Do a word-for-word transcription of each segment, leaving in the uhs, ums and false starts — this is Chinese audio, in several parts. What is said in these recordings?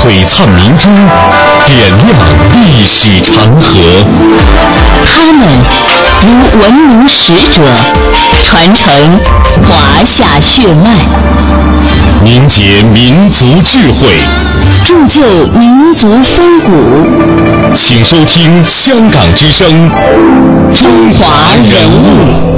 璀璨明珠，点亮历史长河。 他们如文明使者，传承华夏血脉， 凝结民族智慧， 铸就民族风骨。 请收听香港之声《中华人物》。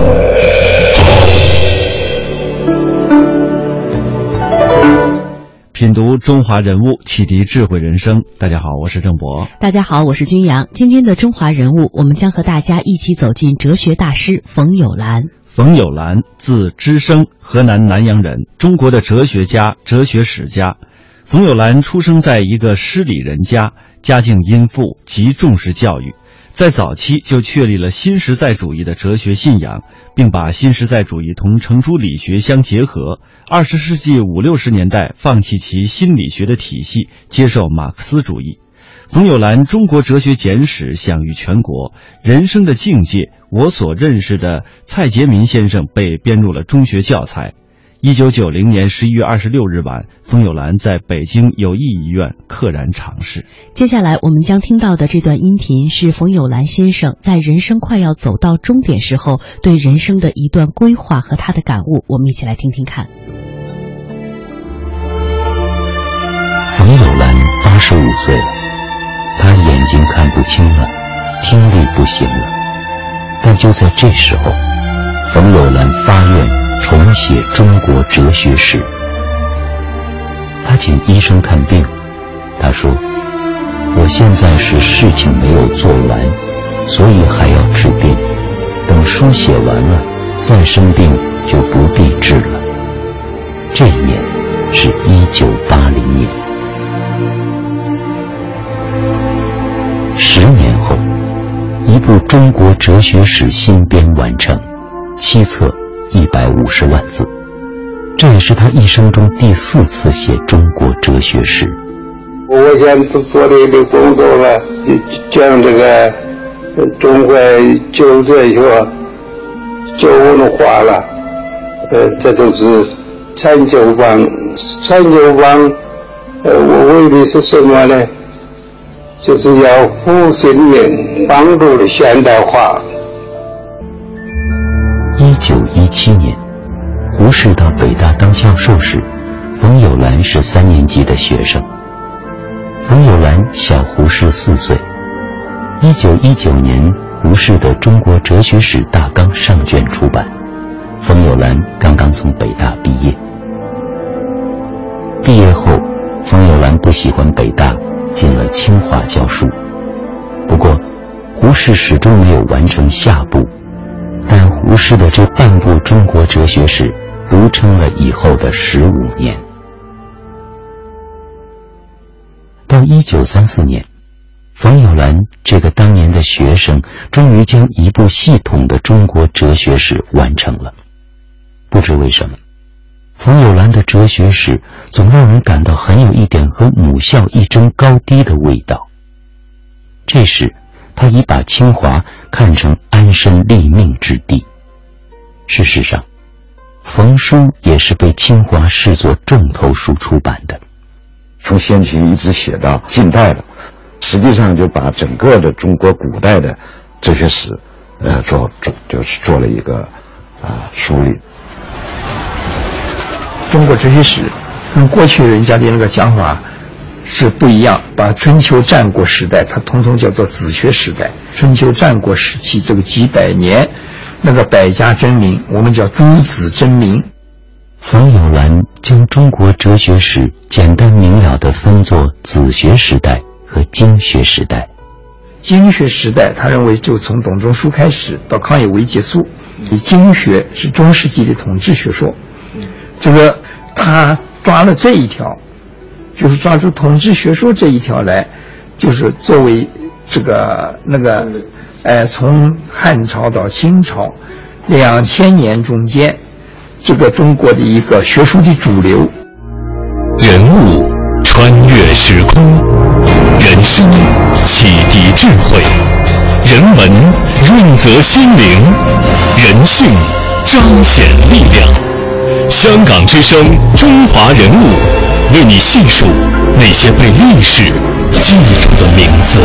品读中华人物，启迪智慧人生。大家好，我是郑博。 大家好，我是君阳。今天的中华人物，我们将和大家一起走进哲学大师冯友兰。 冯友兰，字芝生，河南南阳人，中国的哲学家、哲学史家。冯友兰出生在一个诗礼人家，家境殷富，极重视教育。在早期就确立了新实在主义的哲学信仰，并把新实在主义同程朱理学相结合。二十世纪五六十年代，放弃其心理学的体系，接受马克思主义。冯友兰《中国哲学简史》享誉全国，人生的境界，我所认识的蔡洁民先生被编入了中学教材。一九九零年十一月二十六日晚，冯友兰在北京友谊医院溘然长逝。 接下来我们将听到的这段音频是冯友兰先生在人生快要走到终点时候对人生的一段规划和他的感悟，我们一起来听听看。 冯友兰八十五岁了，他眼睛看不清了，听力不行了，但就在这时候，冯友兰发愿重写中国哲学史。他请医生看病，他说：“我现在是事情没有做完，所以还要治病。等书写完了，再生病就不必治了。”这一年是一九八零年。十年后，一部中国哲学史新编完成，七册一百五十万字，这也是他一生中第四次写中国哲学史。 我现在做的一个工作了，讲这个中国旧哲学、旧文化了，呃，这都是参究方。参究方，呃，我为的是什么呢？就是要复兴人，帮助的现代化。 一九一七年，胡适到北大当教授时，冯友兰是三年级的学生。冯友兰小胡适四岁。一九一九年，胡适的《中国哲学史大纲》上卷出版，冯友兰刚刚从北大毕业。毕业后，冯友兰不喜欢北大，进了清华教书。不过，胡适始终没有完成下部。但胡适的这半部中国哲学史独撑了以后的十五年。到一九三四年，冯友兰这个当年的学生终于将一部系统的中国哲学史完成了。不知为什么，冯友兰的哲学史总让人感到很有一点和母校一争高低的味道。这时他已把清华看成安身立命之地。事实上，冯书也是被清华视作重头书出版的， 从先秦一直写到近代了，实际上就把整个的中国古代的哲学史，呃，做做就是做了一个啊、呃、梳理。 中国哲学史跟过去人家的那个讲法是不一样，把春秋战国时代它统统叫做子学时代。春秋战国时期这个几百年，那个百家争鸣，我们叫诸子争鸣。 冯友兰将中国哲学史简单明了地分作子学时代和经学时代。 经学时代他认为就从董仲舒开始到康有为结束，经学是中世纪的统治学说。这个他抓了这一条，就是抓住统治学说这一条来，就是作为这个那个，呃，从汉朝到清朝两千年中间，这个中国的一个学术的主流。 人物穿越时空，人生启迪智慧，人文润泽心灵，人性彰显力量。 香港之声，中华人物，为你细数那些被历史记住的名字。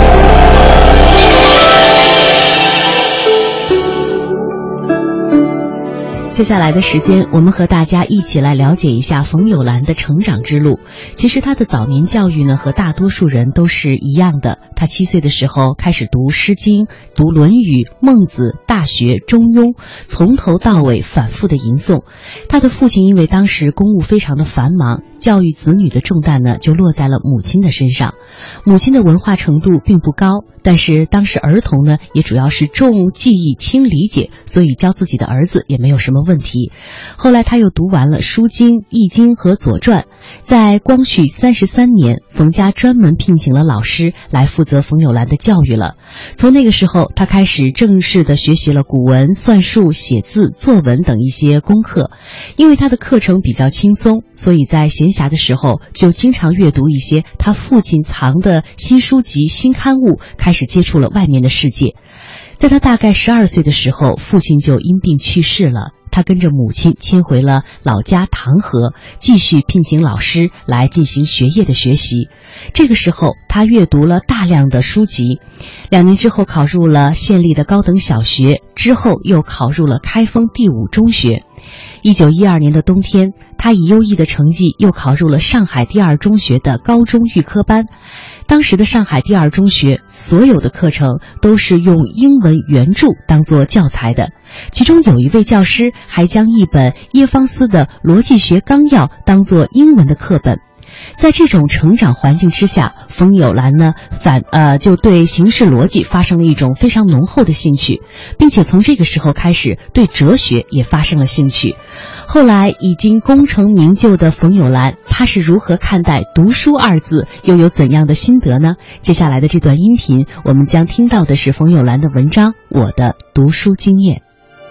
接下来的时间，我们和大家一起来了解一下冯友兰的成长之路。其实她的早年教育呢，和大多数人都是一样的。她七岁的时候开始读《诗经》、读《论语》、《孟子》、《大学》、《中庸》，从头到尾反复的吟诵。她的父亲因为当时公务非常的繁忙，教育子女的重担呢，就落在了母亲的身上。母亲的文化程度并不高，但是当时儿童呢，也主要是重记忆轻理解，所以教自己的儿子也没有什么问题。后来他又读完了《书经》、《易经》和《左传》。在光绪三十三年，冯家专门聘请了老师来负责冯友兰的教育了。从那个时候，他开始正式的学习了古文、算术、写字、作文等一些功课。因为他的课程比较轻松，所以在闲暇的时候就经常阅读一些他父亲藏的新书籍、新刊物，开始接触了外面的世界。在他大概十二岁的时候，父亲就因病去世了。他跟着母亲迁回了老家唐河，继续聘请老师来进行学业的学习。这个时候，他阅读了大量的书籍。两年之后考入了县立的高等小学，之后又考入了开封第五中学。一九一二年的冬天，他以优异的成绩又考入了上海第二中学的高中预科班。当时的上海第二中学所有的课程都是用英文原著当作教材的，其中有一位教师还将一本耶方斯的《逻辑学纲要》当作英文的课本。在这种成长环境之下，冯友兰呢反呃就对形式逻辑发生了一种非常浓厚的兴趣，并且从这个时候开始对哲学也发生了兴趣。后来已经功成名就的冯友兰，他是如何看待读书二字，又有怎样的心得呢？接下来的这段音频，我们将听到的是冯友兰的文章《我的读书经验》。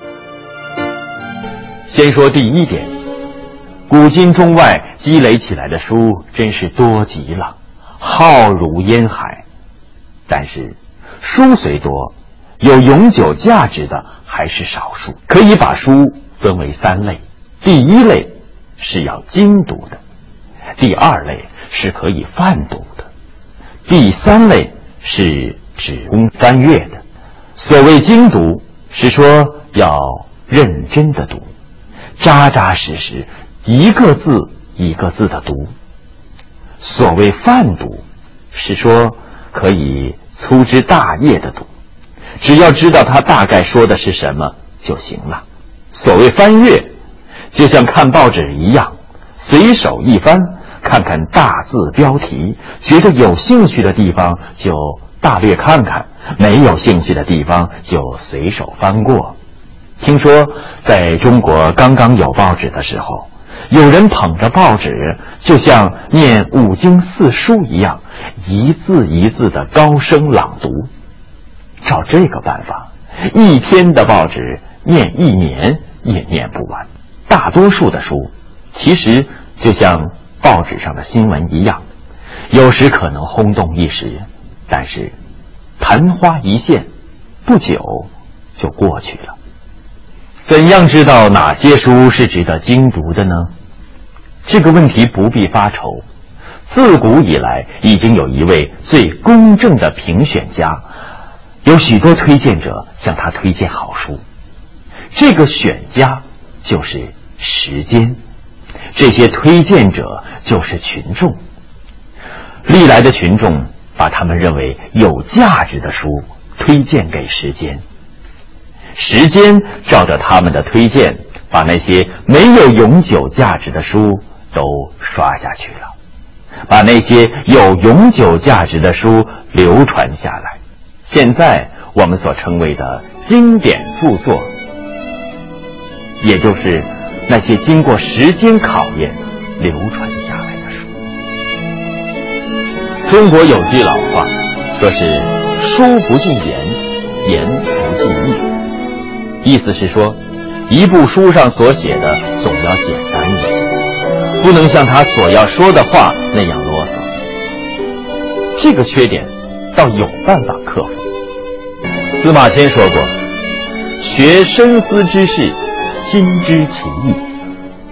先说第一点，古今中外积累起来的书真是多极了，浩如烟海。但是书虽多，有永久价值的还是少数。可以把书分为三类，第一类是要精读的，第二类是可以泛读的，第三类是只供翻阅的。所谓精读，是说要认真的读，扎扎实实一个字一个字的读。所谓泛读，是说可以粗枝大叶的读，只要知道他大概说的是什么就行了。所谓翻阅，就像看报纸一样，随手一翻，看看大字标题，觉得有兴趣的地方就大略看看，没有兴趣的地方就随手翻过。听说在中国刚刚有报纸的时候，有人捧着报纸，就像念五经四书一样，一字一字的高声朗读。照这个办法，一天的报纸念一年也念不完。大多数的书其实就像报纸上的新闻一样，有时可能轰动一时，但是昙花一现，不久就过去了。怎样知道哪些书是值得精读的呢？这个问题不必发愁，自古以来已经有一位最公正的评选家，有许多推荐者向他推荐好书。这个选家就是时间，这些推荐者就是群众。历来的群众把他们认为有价值的书推荐给时间，时间照着他们的推荐，把那些没有永久价值的书都刷下去了，把那些有永久价值的书流传下来。现在我们所称为的经典著作，也就是那些经过时间考验流传下来的书。中国有句老话，说是书不尽言，言不尽意。意思是说，一部书上所写的总要简单一些，不能像他所要说的话那样啰嗦。这个缺点倒有办法克服。司马迁说过，学深思之事，心知其意。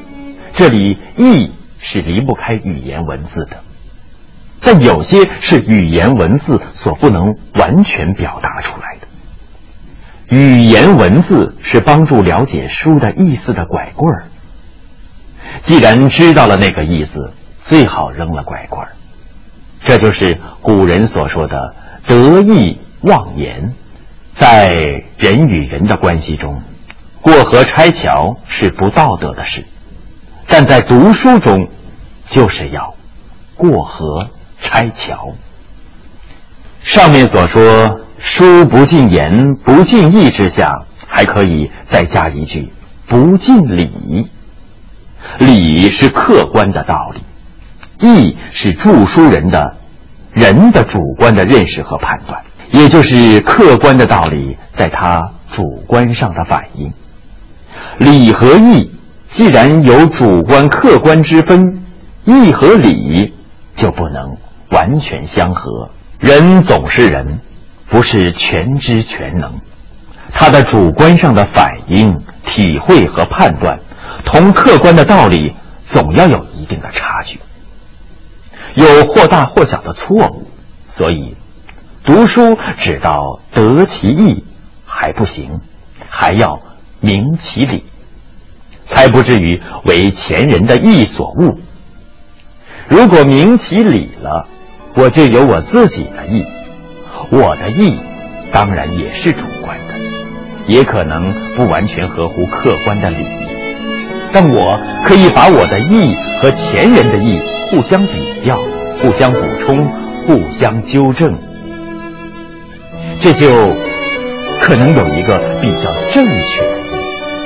这里意是离不开语言文字的，但有些是语言文字所不能完全表达出来的。语言文字是帮助了解书的意思的拐棍儿，既然知道了那个意思，最好扔了拐棍儿。这就是古人所说的得意忘言。在人与人的关系中，过河拆桥是不道德的事，但在读书中就是要过河拆桥。上面所说书不尽言不尽意之下，还可以再加一句不尽理。理是客观的道理，意是著书人的人的主观的认识和判断，也就是客观的道理在他主观上的反应。理和义既然有主观客观之分，义和理就不能完全相合。人总是人，不是全知全能，他的主观上的反应、体会和判断同客观的道理总要有一定的差距，有或大或小的错误，所以读书只到得其意还不行，还要明其理，才不至于为前人的意所误。如果明其理了，我就有我自己的意，我的意当然也是主观的，也可能不完全合乎客观的理，但我可以把我的意和前人的意互相比较，互相补充，互相纠正，这就可能有一个比较正确的意。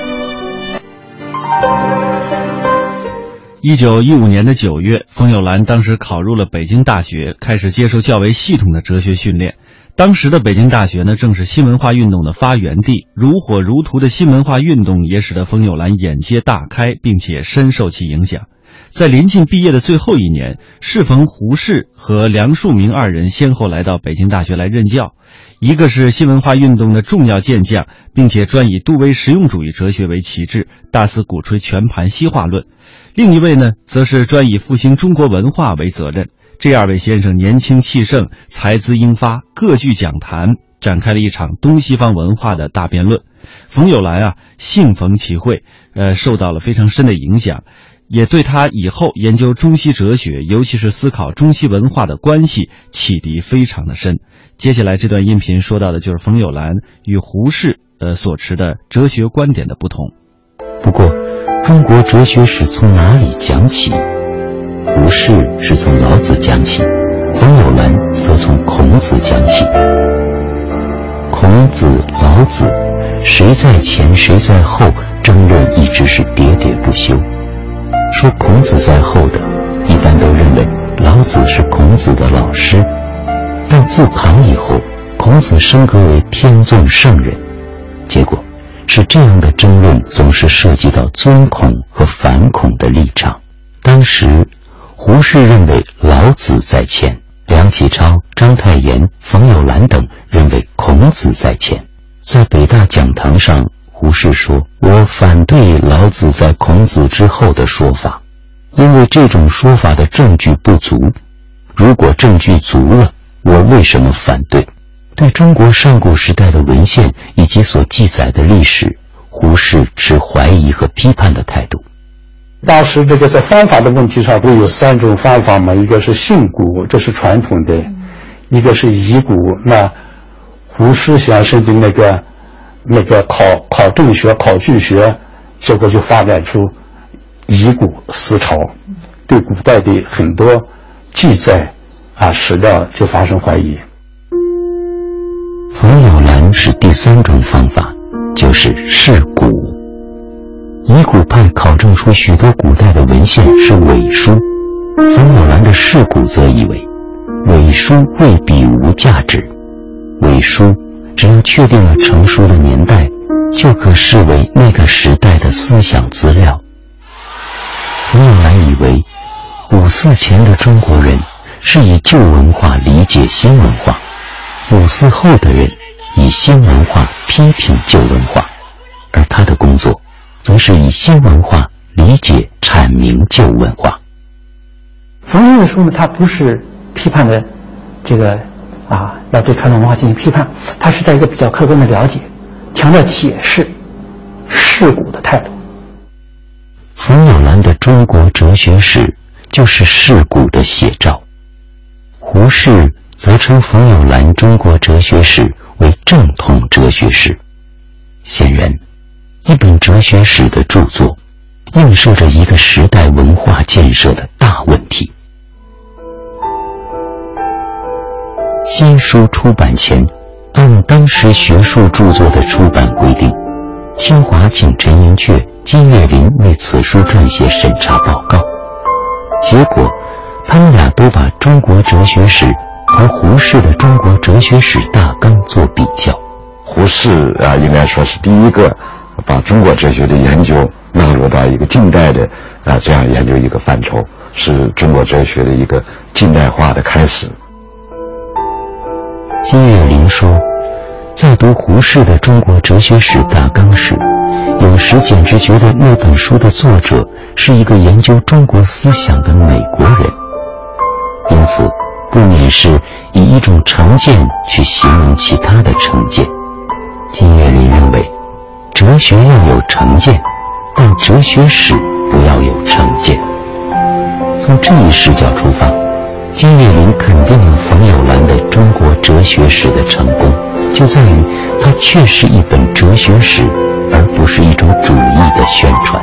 一九一五年的九月，冯友兰当时考入了北京大学，开始接受较为系统的哲学训练。当时的北京大学呢，正是新文化运动的发源地，如火如荼的新文化运动也使得冯友兰眼界大开，并且深受其影响。在临近毕业的最后一年，适逢胡适和梁漱溟二人先后来到北京大学来任教，一个是新文化运动的重要健将，并且专以杜威实用主义哲学为旗帜，大肆鼓吹全盘西化论；另一位呢，则是专以复兴中国文化为责任。这二位先生年轻气盛，才资英发，各具讲坛，展开了一场东西方文化的大辩论。冯友兰啊，幸逢其会，呃，受到了非常深的影响，也对他以后研究中西哲学，尤其是思考中西文化的关系，启迪非常的深。接下来这段音频说到的就是冯友兰与胡适呃所持的哲学观点的不同。 不过，中国哲学史从哪里讲起？胡适是从老子讲起，冯友兰则从孔子讲起。孔子、老子，谁在前谁在后，争论一直是喋喋不休。说孔子在后的，一般都认为老子是孔子的老师，但自唐以后，孔子升格为天纵圣人，结果是这样的争论总是涉及到尊孔和反孔的立场。当时胡适认为老子在前，梁启超、章太炎、冯友兰等认为孔子在前。在北大讲堂上，胡适说：“我反对老子在孔子之后的说法，因为这种说法的证据不足。如果证据足了，我为什么反对？”对中国上古时代的文献以及所记载的历史，胡适持怀疑和批判的态度。 当时这个在方法的问题上都有三种方法嘛，一个是信古，这是传统的；一个是疑古，那胡适先生的那个那个考考证学、考据学，结果就发展出疑古思潮，对古代的很多记载啊史料就发生怀疑。 冯友兰是第三种方法，就是试古。疑古派考证出许多古代的文献是伪书，冯友兰的试古则以为伪书未必无价值，伪书只要确定了成书的年代，就可视为那个时代的思想资料。冯友兰以为五四前的中国人是以旧文化理解新文化，五四后的人以新文化批评旧文化，而他的工作则是以新文化理解、阐明旧文化。 冯庸的书呢，他不是批判的这个啊，来对传统文化进行批判，他是在一个比较客观的了解，强调解释世古的态度。 冯友兰的中国哲学史就是世古的写照，胡适则称冯友兰中国哲学史为正统哲学史。显然，一本哲学史的著作映射着一个时代文化建设的大问题。新书出版前，按当时学术著作的出版规定，清华请陈寅恪、金岳霖为此书撰写审查报告。结果，他们俩都把中国哲学史和胡适的中国哲学史大纲做比较。 胡适啊，应该说是第一个把中国哲学的研究纳入到一个近代的啊这样研究一个范畴，是中国哲学的一个近代化的开始。 金岳霖说，在读胡适的中国哲学史大纲时，有时简直觉得那本书的作者是一个研究中国思想的美国人，因此不免是以一种成见去形容其他的成见。金岳霖认为，哲学要有成见，但哲学史不要有成见。从这一视角出发，金岳霖肯定了冯友兰的中国哲学史的成功，就在于它确是一本哲学史，而不是一种主义的宣传。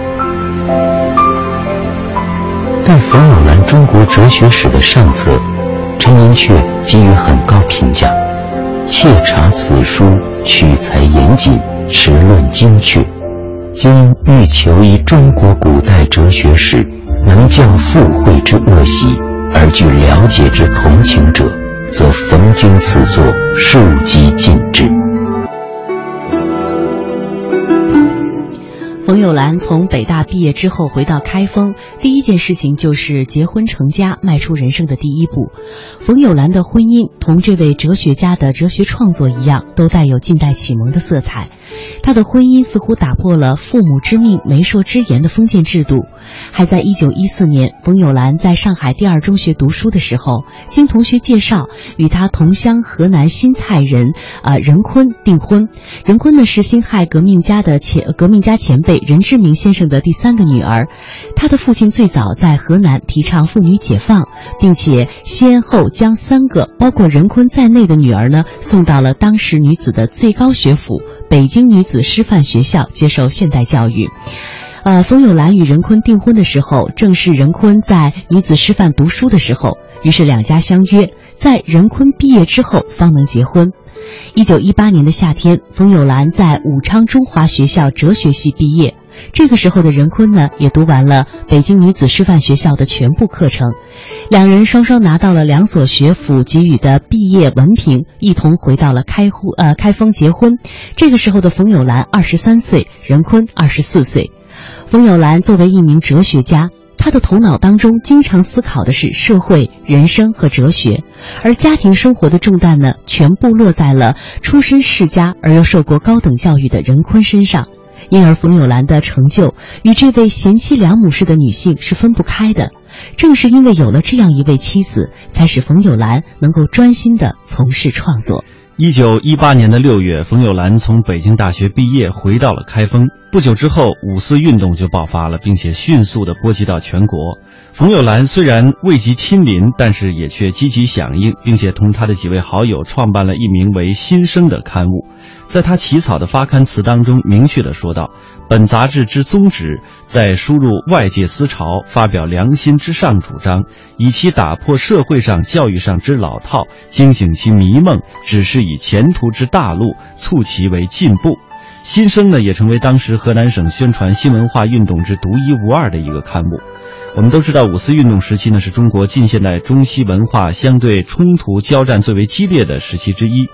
对冯友兰中国哲学史的上册，陈寅恪给予很高评价，切查此书，取材严谨，持论精确。今欲求一中国古代哲学史能教附会之恶习，而具了解之同情者，则冯君此作庶几尽之。 冯友兰从北大毕业之后回到开封，第一件事情就是结婚成家，迈出人生的第一步。冯友兰的婚姻同这位哲学家的哲学创作一样，都带有近代启蒙的色彩。他的婚姻似乎打破了父母之命媒妁之言的封建制度。还在一九一四年，冯友兰在上海第二中学读书的时候，经同学介绍，与他同乡河南新蔡人呃任坤订婚。任坤呢是辛亥革命家的前革命家前辈任志明先生的第三个女儿。他的父亲最早在河南提倡妇女解放，并且先后将三个包括任坤在内的女儿呢送到了当时女子的最高学府北京女子师范学校接受现代教育。呃，冯友兰与任坤订婚的时候，正是任坤在女子师范读书的时候，于是两家相约，在任坤毕业之后方能结婚。一九一八年的夏天，冯友兰在武昌中华学校哲学系毕业。这个时候的任坤呢，也读完了北京女子师范学校的全部课程，两人双双拿到了两所学府给予的毕业文凭，一同回到了开户呃开封结婚。这个时候的冯友兰二十三岁，任坤二十四岁。冯友兰作为一名哲学家，他的头脑当中经常思考的是社会、人生和哲学，而家庭生活的重担呢，全部落在了出身世家而又受过高等教育的任坤身上。因而冯友兰的成就与这位贤妻良母式的女性是分不开的。正是因为有了这样一位妻子，才使冯友兰能够专心地从事创作。 一九一八年的六月，冯友兰从北京大学毕业，回到了开封。不久之后，五四运动就爆发了，并且迅速地波及到全国。冯友兰虽然未及亲临，但是也却积极响应，并且同他的几位好友创办了一名为《新生》的刊物。在他起草的发刊词当中，明确地说道：本杂志之宗旨，在输入外界思潮，发表良心之上主张，以其打破社会上教育上之老套，惊醒其迷梦，只是以前途之大路，促其为进步。新生呢，也成为当时河南省宣传新文化运动之独一无二的一个刊物。我们都知道，五四运动时期呢，是中国近现代中西文化相对冲突交战最为激烈的时期之一。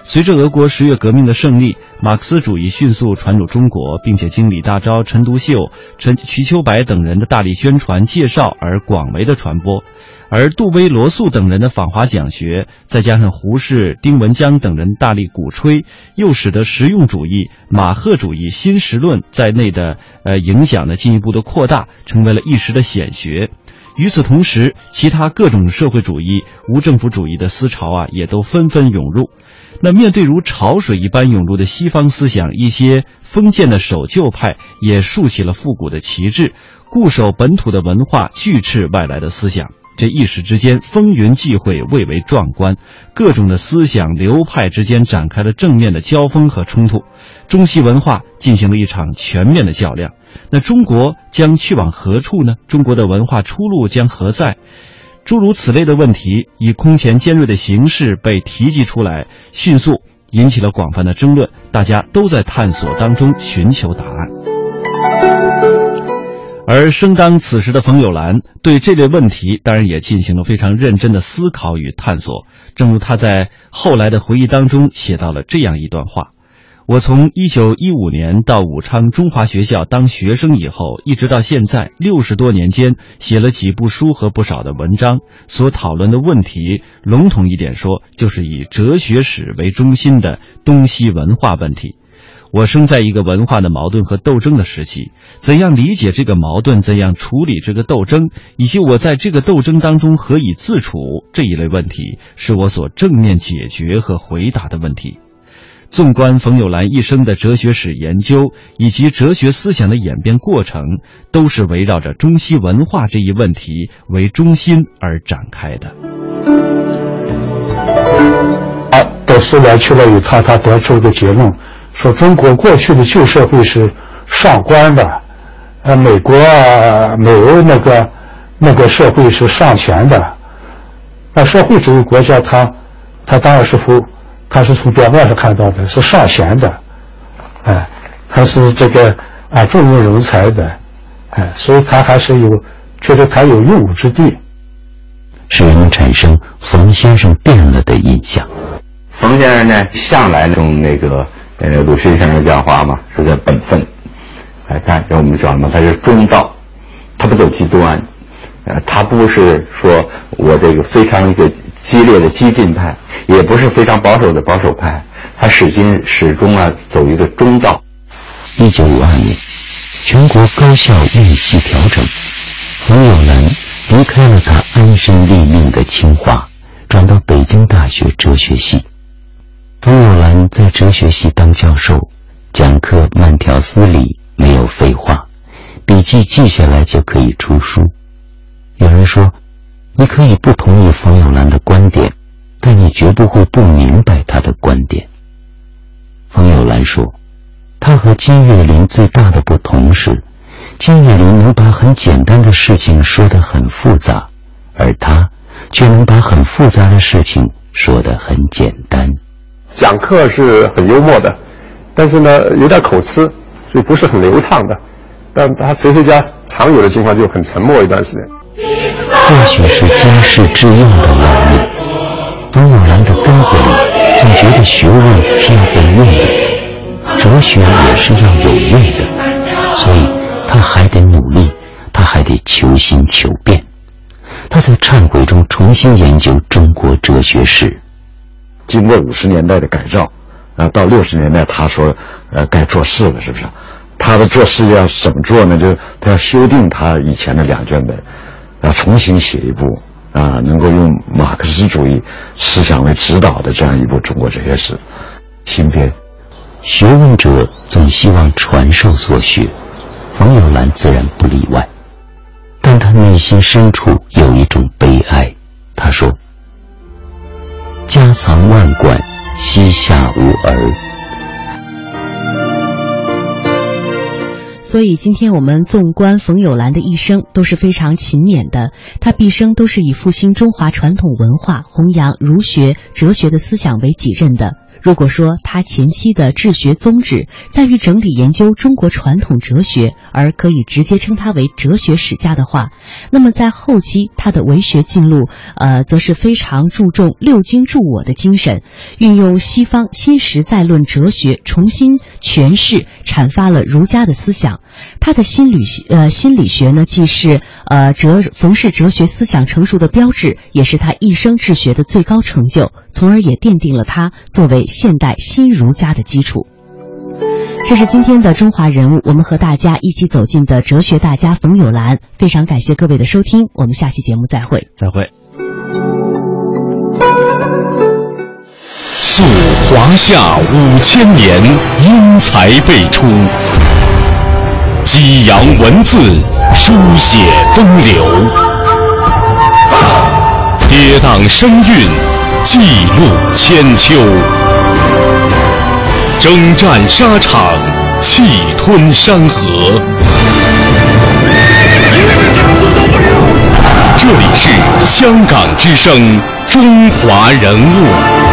随着俄国十月革命的胜利，马克思主义迅速传入中国，并且经李大钊、陈独秀、陈瞿秋白等人的大力宣传介绍而广为的传播。而杜威、罗素等人的访华讲学，再加上胡适、丁文江等人大力鼓吹，又使得实用主义、马赫主义、新实论在内的呃影响呢进一步的扩大，成为了一时的显学。与此同时，其他各种社会主义、无政府主义的思潮啊，也都纷纷涌入。那面对如潮水一般涌入的西方思想，一些封建的守旧派也竖起了复古的旗帜，固守本土的文化，拒斥外来的思想。这一时之间风云际会，蔚为壮观，各种的思想流派之间展开了正面的交锋和冲突，中西文化进行了一场全面的较量。那中国将去往何处呢？中国的文化出路将何在？诸如此类的问题以空前尖锐的形式被提及出来，迅速引起了广泛的争论，大家都在探索当中寻求答案。而生当此时的冯友兰对这类问题当然也进行了非常认真的思考与探索，正如他在后来的回忆当中写到了这样一段话：我从一九一五年到武昌中华学校当学生以后，一直到现在六十多年间，写了几部书和不少的文章，所讨论的问题笼统一点说，就是以哲学史为中心的东西文化问题。我生在一个文化的矛盾和斗争的时期，怎样理解这个矛盾，怎样处理这个斗争，以及我在这个斗争当中何以自处，这一类问题是我所正面解决和回答的问题。纵观冯友兰一生的哲学史研究以及哲学思想的演变过程，都是围绕着中西文化这一问题为中心而展开的。 啊，到苏联去了以后，他得出一个结论，说中国过去的旧社会是上官的，呃，美国啊、美欧那个那个社会是上权的。那社会主义国家它，它当然是服，它是从表面上看到的是上贤的，哎，它是这个啊重用人才的，哎，所以它还是有觉得它有用武之地， 使人们产生冯先生变了的印象。 冯先生呢，向来用那个呃鲁迅先生讲话嘛，说叫本分。哎，看给我们讲嘛，他是中道，他不走极端，呃，他不是说我这个非常一个激烈的激进派，也不是非常保守的保守派，他始终始终啊走一个中道。 一九五二年，全国高校院系调整，冯友兰离开了他安身立命的清华，转到北京大学哲学系。冯友兰在哲学系当教授，讲课慢条斯理，没有废话，笔记记下来就可以出书。有人说，你可以不同意冯友兰的观点，但你绝不会不明白他的观点。冯友兰说，他和金岳霖最大的不同是，金岳霖能把很简单的事情说得很复杂，而他却能把很复杂的事情说得很简单。 讲课是很幽默的，但是呢有点口吃，所以不是很流畅的。但他哲学家常有的情况就很沉默一段时间。 或许是经世致用的能力，冯友兰的根子里总觉得学问是要有用的，哲学也是要有用的，所以他还得努力，他还得求新求变。他在忏悔中重新研究中国哲学史。 经过五十年代的改造，啊，到六十年代他说，呃，该做事了，是不是？他的做事要怎么做呢？就他要修订他以前的两卷本，要重新写一部啊，能够用马克思主义思想为指导的这样一部中国哲学史新编。 学问者总希望传授所学，冯友兰自然不例外，但他内心深处有一种悲哀。他说，家藏万贯，膝下无儿。 所以今天我们纵观冯友兰的一生都是非常勤勉的，他毕生都是以复兴中华传统文化、弘扬儒学、哲学的思想为己任的。 如果说他前期的治学宗旨在于整理研究中国传统哲学，而可以直接称他为哲学史家的话，那么在后期他的为学进路，呃，则是非常注重六经注我的精神，运用西方新实在论哲学重新诠释阐发了儒家的思想。他的心理呃心理学呢，既是呃哲冯氏哲学思想成熟的标志，也是他一生治学的最高成就，从而也奠定了他作为现代新儒家的基础。这是今天的中华人物，我们和大家一起走进的哲学大家冯友兰。非常感谢各位的收听，我们下期节目再会。 再会。 溯华夏五千年，英才辈出，激扬文字，书写风流，跌宕声韵，记录千秋，征战沙场，气吞山河。这里是香港之声，中华人物。